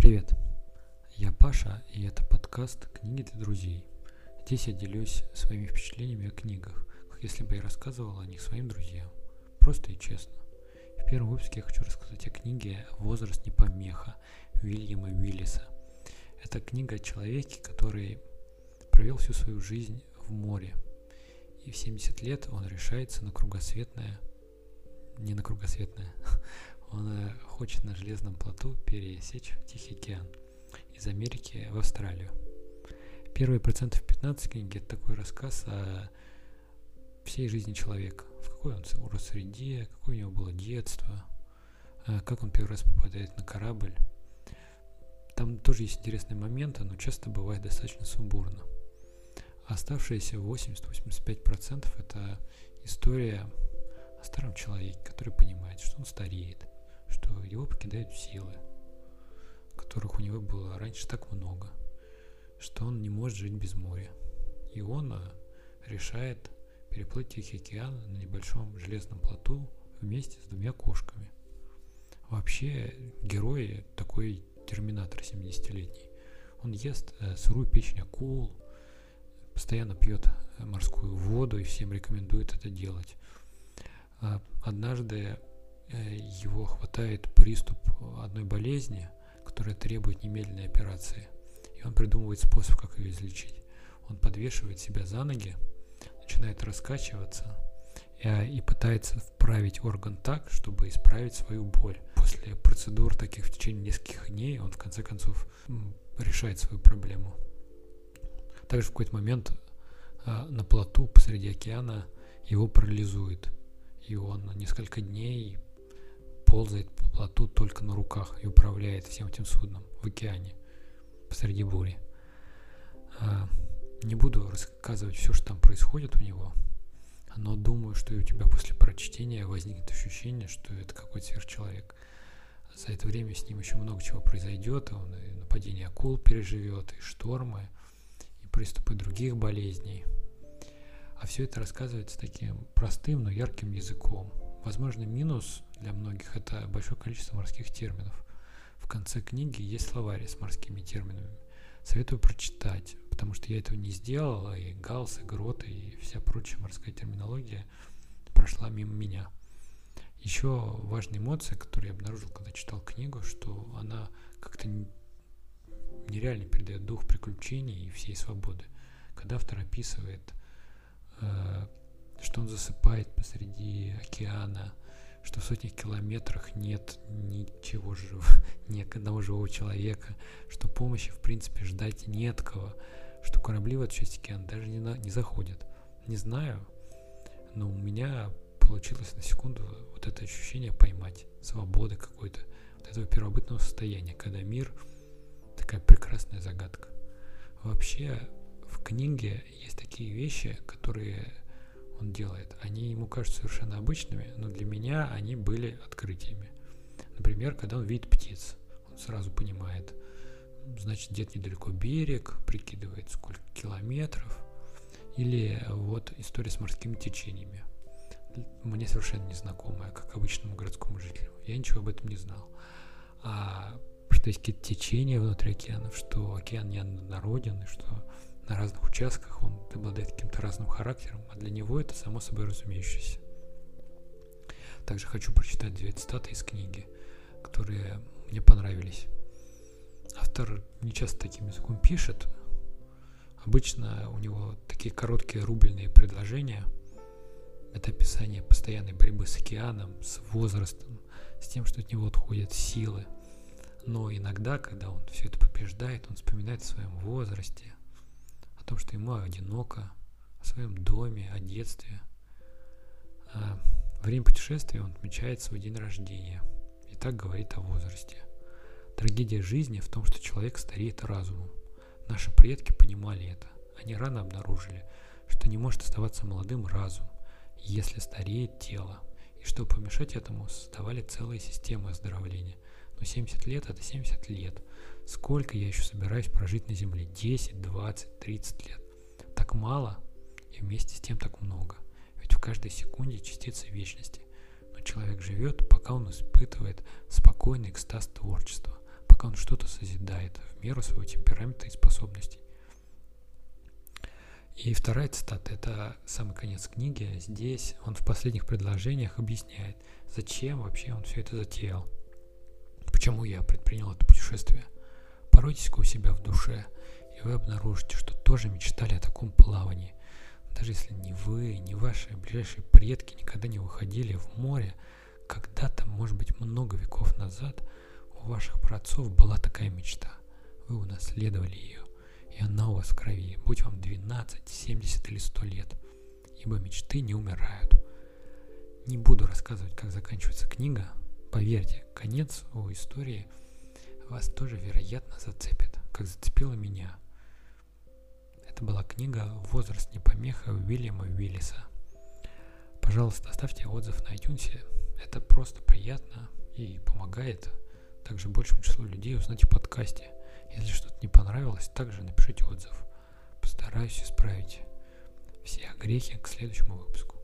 Привет, я Паша, и это подкаст «Книги для друзей». Здесь я делюсь своими впечатлениями о книгах, как если бы я рассказывал о них своим друзьям. Просто и честно. В первом выпуске я хочу рассказать о книге «Возраст не помеха» Уильяма Уиллиса. Это книга о человеке, который провел всю свою жизнь в море. И в 70 лет он решается на кругосветное, он хочет на железном плоту пересечь Тихий океан из Америки в Австралию. Первые процентов 15 книги — это такой рассказ о всей жизни человека. В какой он рос среде, какое у него было детство, как он первый раз попадает на корабль. Там тоже есть интересные моменты, но часто бывает достаточно сумбурно. А оставшиеся 80-85% — это история о старом человеке, который понимает, что он стареет, что его покидают силы, которых у него было раньше так много, что он не может жить без моря. И он решает переплыть Тихий океан на небольшом железном плоту вместе с двумя кошками. Вообще, герой такой терминатор 70-летний. Он ест сырую печень акул, постоянно пьет морскую воду и всем рекомендует это делать. Однажды его хватает приступ одной болезни, которая требует немедленной операции. И он придумывает способ, как ее излечить. Он подвешивает себя за ноги, начинает раскачиваться и пытается вправить орган так, чтобы исправить свою боль. После процедур таких в течение нескольких дней он в конце концов решает свою проблему. Также в какой-то момент на плоту посреди океана его парализует. И он на несколько дней ползает по плоту только на руках и управляет всем этим судном в океане посреди бури. Не буду рассказывать все, что там происходит у него, но думаю, что и у тебя после прочтения возникнет ощущение, что это какой-то сверхчеловек. За это время с ним еще много чего произойдет, он и нападение акул переживет, и штормы, и приступы других болезней. А все это рассказывается таким простым, но ярким языком. Возможно, минус для многих — это большое количество морских терминов. В конце книги есть словарь с морскими терминами. Советую прочитать, потому что я этого не сделал, и галс, и грот, и вся прочая морская терминология прошла мимо меня. Еще важная эмоция, которую я обнаружил, когда читал книгу, что она как-то нереально передает дух приключений и всей свободы. Когда автор описывает, что он засыпает посреди океана, что в сотнях километрах нет ничего живого, ни одного живого человека, что помощи в принципе ждать не от кого, что корабли в эту часть океана даже не заходят. Не знаю, но у меня получилось на секунду вот это ощущение поймать, свободы какой-то, вот этого первобытного состояния, когда мир такая прекрасная загадка. Вообще, в книге есть такие вещи, которые он делает. Они ему кажутся совершенно обычными, но для меня они были открытиями. Например, когда он видит птиц, он сразу понимает, значит, где-то недалеко берег, прикидывает, сколько километров. Или вот история с морскими течениями. Мне совершенно незнакомая, как обычному городскому жителю. Я ничего об этом не знал. А что есть какие-то течения внутри океанов, что океан неоднороден, и что на разных участках он обладает каким-то разным характером, а для него это само собой разумеющееся. Также хочу прочитать 2 цитаты из книги, которые мне понравились. Автор не часто таким языком пишет. Обычно у него такие короткие рубленые предложения. Это описание постоянной борьбы с океаном, с возрастом, с тем, что от него отходят силы. Но иногда, когда он все это побеждает, он вспоминает о своем возрасте, о том, что ему одиноко, о своем доме, о детстве. Во время путешествия он отмечает свой день рождения и так говорит о возрасте. Трагедия жизни в том, что человек стареет разумом. Наши предки понимали это. Они рано обнаружили, что не может оставаться молодым разум, если стареет тело. И чтобы помешать этому, создавали целые системы оздоровления. Но 70 лет — это 70 лет. Сколько я еще собираюсь прожить на Земле? 10, 20, 30 лет. Так мало и вместе с тем так много. Ведь в каждой секунде частица вечности. Но человек живет, пока он испытывает спокойный экстаз творчества, пока он что-то созидает в меру своего темперамента и способностей. И вторая цитата, это самый конец книги. Здесь он в последних предложениях объясняет, зачем вообще он все это затеял. Почему я предпринял это путешествие. Поройтесь-ка у себя в душе, и вы обнаружите, что тоже мечтали о таком плавании. Даже если ни вы, ни ваши ближайшие предки никогда не выходили в море, когда-то, может быть, много веков назад, у ваших праотцов была такая мечта. Вы унаследовали ее, и она у вас в крови, будь вам 12, 70 или 100 лет, ибо мечты не умирают. Не буду рассказывать, как заканчивается книга. Поверьте, конец у истории вас тоже, вероятно, зацепит, как зацепила меня. Это была книга «Возраст не помеха» Уильяма Уиллиса. Пожалуйста, оставьте отзыв на iTunes. Это просто приятно и помогает также большему числу людей узнать о подкасте. Если что-то не понравилось, также напишите отзыв. Постараюсь исправить все огрехи к следующему выпуску.